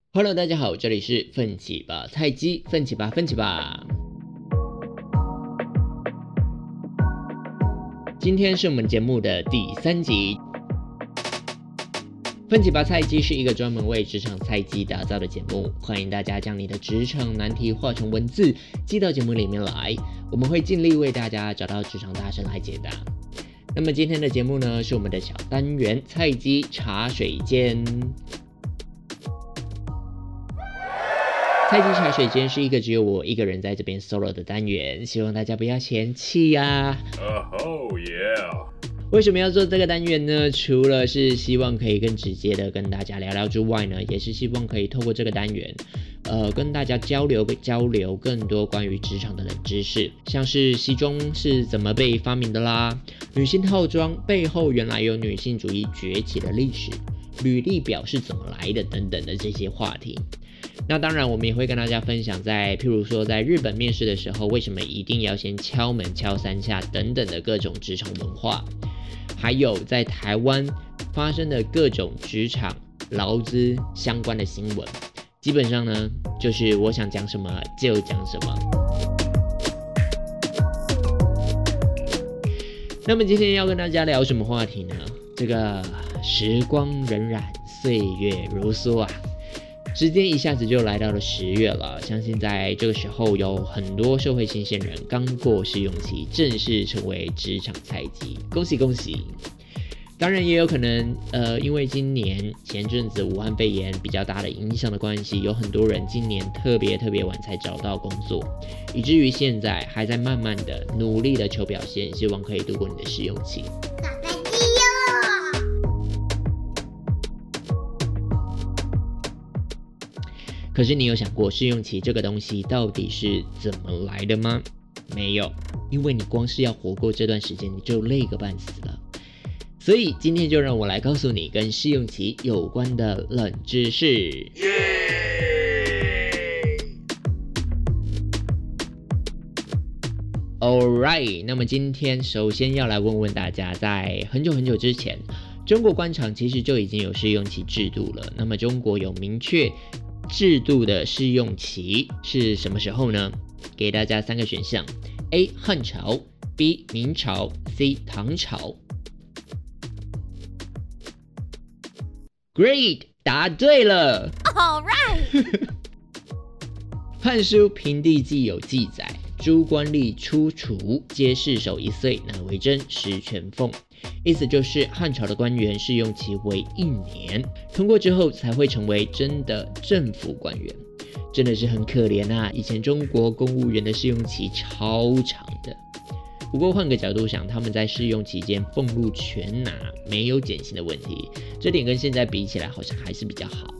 Hello， 大家好，这里是奋起吧菜鸡，奋起吧，奋起吧。今天是我们节目的第3集。奋起吧菜鸡是一个专门为职场菜鸡打造的节目，欢迎大家将你的职场难题化成文字寄到节目里面来，我们会尽力为大家找到职场大神来解答。那么今天的节目呢，是我们的小单元菜鸡茶水间。菜鸡茶水间是一个只有我一个人在这边 solo 的单元，希望大家不要嫌弃呀。 Oh yeah！ 为什么要做这个单元呢？除了是希望可以更直接的跟大家聊聊之外呢，也是希望可以透过这个单元，跟大家交流更多关于职场的冷知识，像是西装是怎么被发明的啦，女性套装背后原来有女性主义崛起的历史，履历表是怎么来的等等的这些话题。那当然我们也会跟大家分享譬如说在日本面试的时候，为什么一定要先敲门敲3下等等的各种职场文化，还有在台湾发生的各种职场劳资相关的新闻。基本上呢，就是我想讲什么就讲什么。那么今天要跟大家聊什么话题呢？这个时光荏苒，岁月如梭啊，时间一下子就来到了10月了，相信在这个时候有很多社会新鲜人刚过试用期，正式成为职场菜鸡，恭喜恭喜！当然也有可能，因为今年前阵子武汉肺炎比较大的影响的关系，有很多人今年特别晚才找到工作，以至于现在还在慢慢的努力的求表现，希望可以度过你的试用期。可是你有想过试用期这个东西到底是怎么来的吗？没有，因为你光是要活过这段时间你就累个半死了。所以今天就让我来告诉你跟试用期有关的冷知识。Alright， 那么今天首先要来问问大家，在很久之前，中国官场其实就已经有试用期制度了。那么中国有明确制度的试用期是什么时候呢？给大家3个选项 ：A. 汉朝 B. 明朝 C. 唐朝。Great， 答对了。 Alright。 汉书平地记有记载，诸官吏出除，皆试守1岁，乃为真，实全奉。意思就是汉朝的官员试用期为1年，通过之后才会成为真的政府官员，真的是很可怜啊！以前中国公务员的试用期超长的，不过换个角度想，他们在试用期间俸禄全拿，没有减薪的问题，这点跟现在比起来好像还是比较好。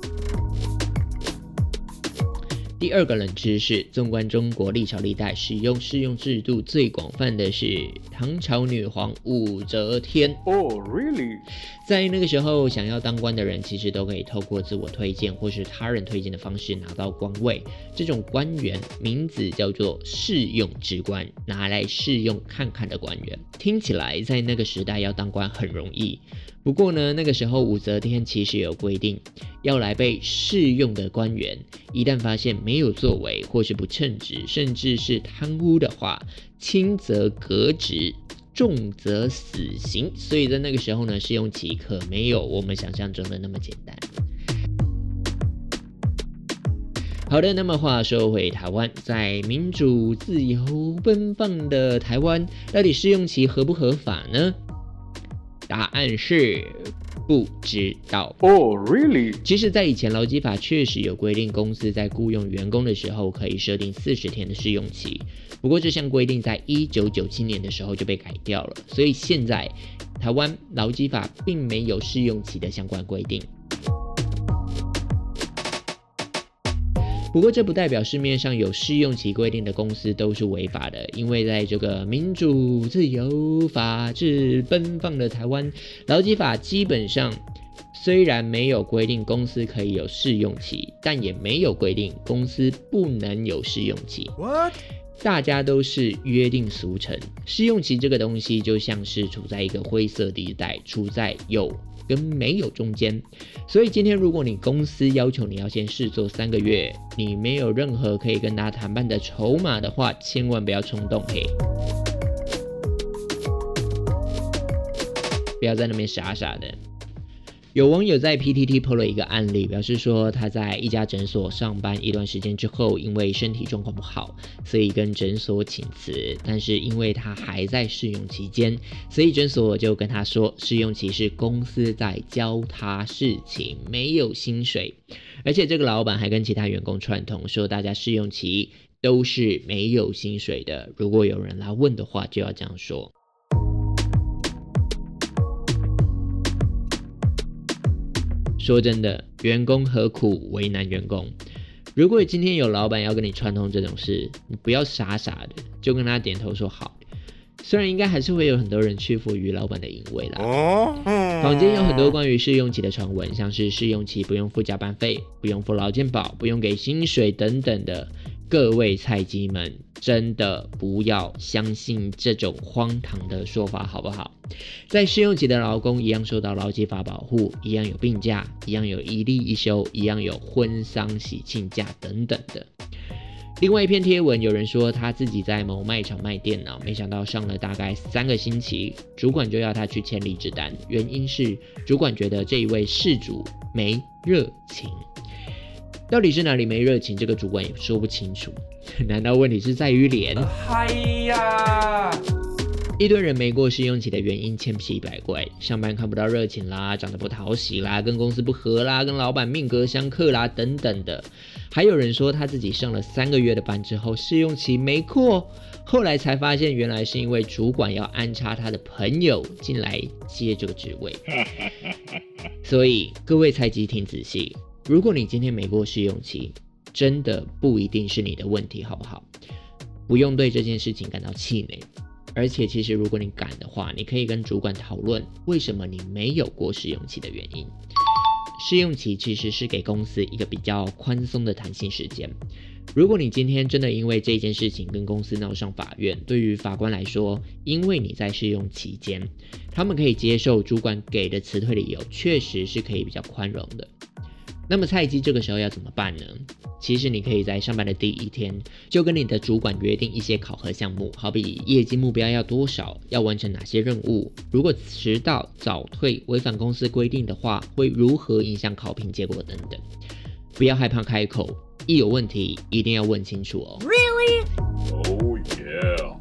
第2个冷知识，纵观中国历朝历代，使用试用制度最广泛的是唐朝女皇武则天。 Oh really？ 在那个时候，想要当官的人其实都可以透过自我推荐或是他人推荐的方式拿到官位，这种官员名字叫做试用之官，拿来试用看看的官员。听起来在那个时代要当官很容易，不过呢，那个时候武则天其实有规定，要来被试用的官员，一旦发现没有作为或是不称职，甚至是贪污的话，轻则革职，重则死刑。所以在那个时候呢，试用期可没有我们想象中的那么简单。好的，那么话说回台湾，在民主自由奔放的台湾，到底试用期合不合法呢？答案是不知道。 Oh really？ 其实在以前劳基法确实有规定，公司在雇用员工的时候可以设定40天的试用期，不过这项规定在1997年的时候就被改掉了，所以现在台湾劳基法并没有试用期的相关规定。不过这不代表市面上有试用期规定的公司都是违法的，因为在这个民主自由法治奔放的台湾，劳基法基本上虽然没有规定公司可以有试用期，但也没有规定公司不能有试用期。 What？ 大家都是约定俗成，试用期这个东西就像是处在一个灰色地带，处在有跟没有中间。所以今天如果你公司要求你要先试做3个月，你没有任何可以跟他谈判的筹码的话，千万不要冲动嘿，不要在那边傻傻的。有网友在 PTT po 了一个案例，表示说他在一家诊所上班一段时间之后，因为身体状况不好，所以跟诊所请辞。但是因为他还在试用期间，所以诊所就跟他说，试用期是公司在教他事情，没有薪水。而且这个老板还跟其他员工串通说，大家试用期都是没有薪水的，如果有人来问的话，就要这样说。说真的，员工何苦为难员工？如果今天有老板要跟你串通这种事，你不要傻傻的就跟他点头说好。虽然应该还是会有很多人屈服于老板的淫威啦。坊间有很多关于试用期的传闻，像是试用期不用付加班费、不用付劳健保、不用给薪水等等的。各位菜鸡们，真的不要相信这种荒唐的说法好不好？在试用期的劳工一样受到劳基法保护，一样有病假，一样有一例一休，一样有婚丧喜庆假等等的。另外一篇贴文，有人说他自己在某卖场卖电脑，没想到上了大概3个星期，主管就要他去签离职单，原因是主管觉得这一位事主没热情。到底是哪里没热情，这个主管也说不清楚。难道问题是在于脸？一堆人没过试用期的原因千奇百怪，上班看不到热情啦，长得不讨喜啦，跟公司不合啦，跟老板命格相克啦，等等的。还有人说他自己上了3个月的班之后，试用期没过，后来才发现原来是因为主管要安插他的朋友进来接这个职位。所以各位菜鸡听仔细，如果你今天没过试用期，真的不一定是你的问题，好不好？不用对这件事情感到气馁。而且其实如果你敢的话，你可以跟主管讨论为什么你没有过试用期的原因。试用期其实是给公司一个比较宽松的弹性时间。如果你今天真的因为这件事情跟公司闹上法院，对于法官来说，因为你在试用期间，他们可以接受主管给的辞退理由，确实是可以比较宽容的。那么菜鸡这个时候要怎么办呢？其实你可以在上班的第1天就跟你的主管约定一些考核项目，好比业绩目标要多少，要完成哪些任务，如果迟到、早退、违反公司规定的话，会如何影响考评结果等等。不要害怕开口，一有问题一定要问清楚哦。 Really? Oh yeah.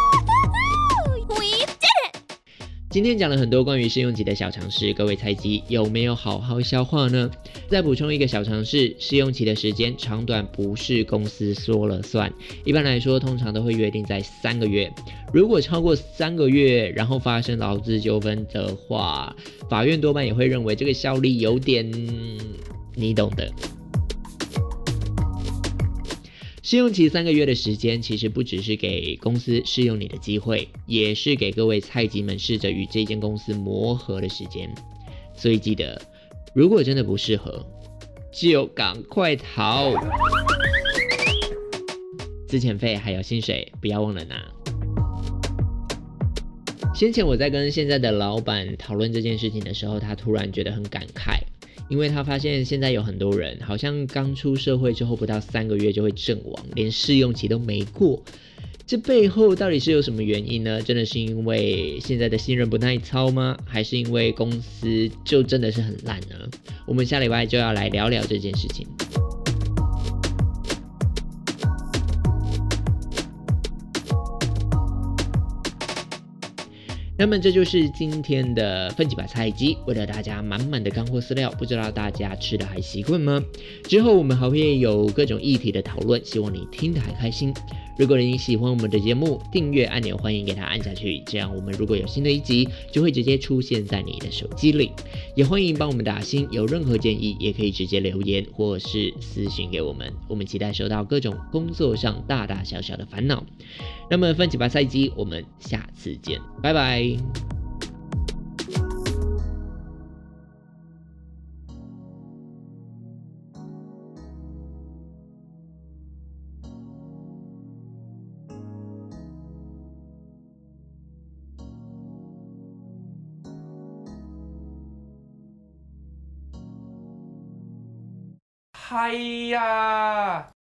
We did it! 今天讲了很多关于试用期的小常识，各位菜鸡有没有好好消化呢？再补充一个小常识，试用期的时间长短不是公司说了算，一般来说通常都会约定在3个月。如果超过3个月，然后发生劳资纠纷的话，法院多半也会认为这个效力有点，你懂的。试用期3个月的时间，其实不只是给公司试用你的机会，也是给各位菜鸡们试着与这间公司磨合的时间。所以记得，如果真的不适合，就赶快逃。资遣费还有薪水，不要忘了拿。先前我在跟现在的老板讨论这件事情的时候，他突然觉得很感慨。因为他发现现在有很多人好像刚出社会之后不到3个月就会阵亡，连试用期都没过，这背后到底是有什么原因呢？真的是因为现在的新人不耐操吗？还是因为公司就真的是很烂呢？我们下礼拜就要来聊聊这件事情。那么这就是今天的奋起吧菜鸡，为了大家满满的干货饲料，不知道大家吃的还习惯吗？之后我们还会有各种议题的讨论，希望你听得还开心。如果你喜欢我们的节目，订阅按钮欢迎给它按下去，这样我们如果有新的一集，就会直接出现在你的手机里。也欢迎帮我们打星，有任何建议也可以直接留言或是私讯给我们，我们期待收到各种工作上大大小小的烦恼。那么奋起吧菜鸡，我们下次见，拜拜。 嗨呀！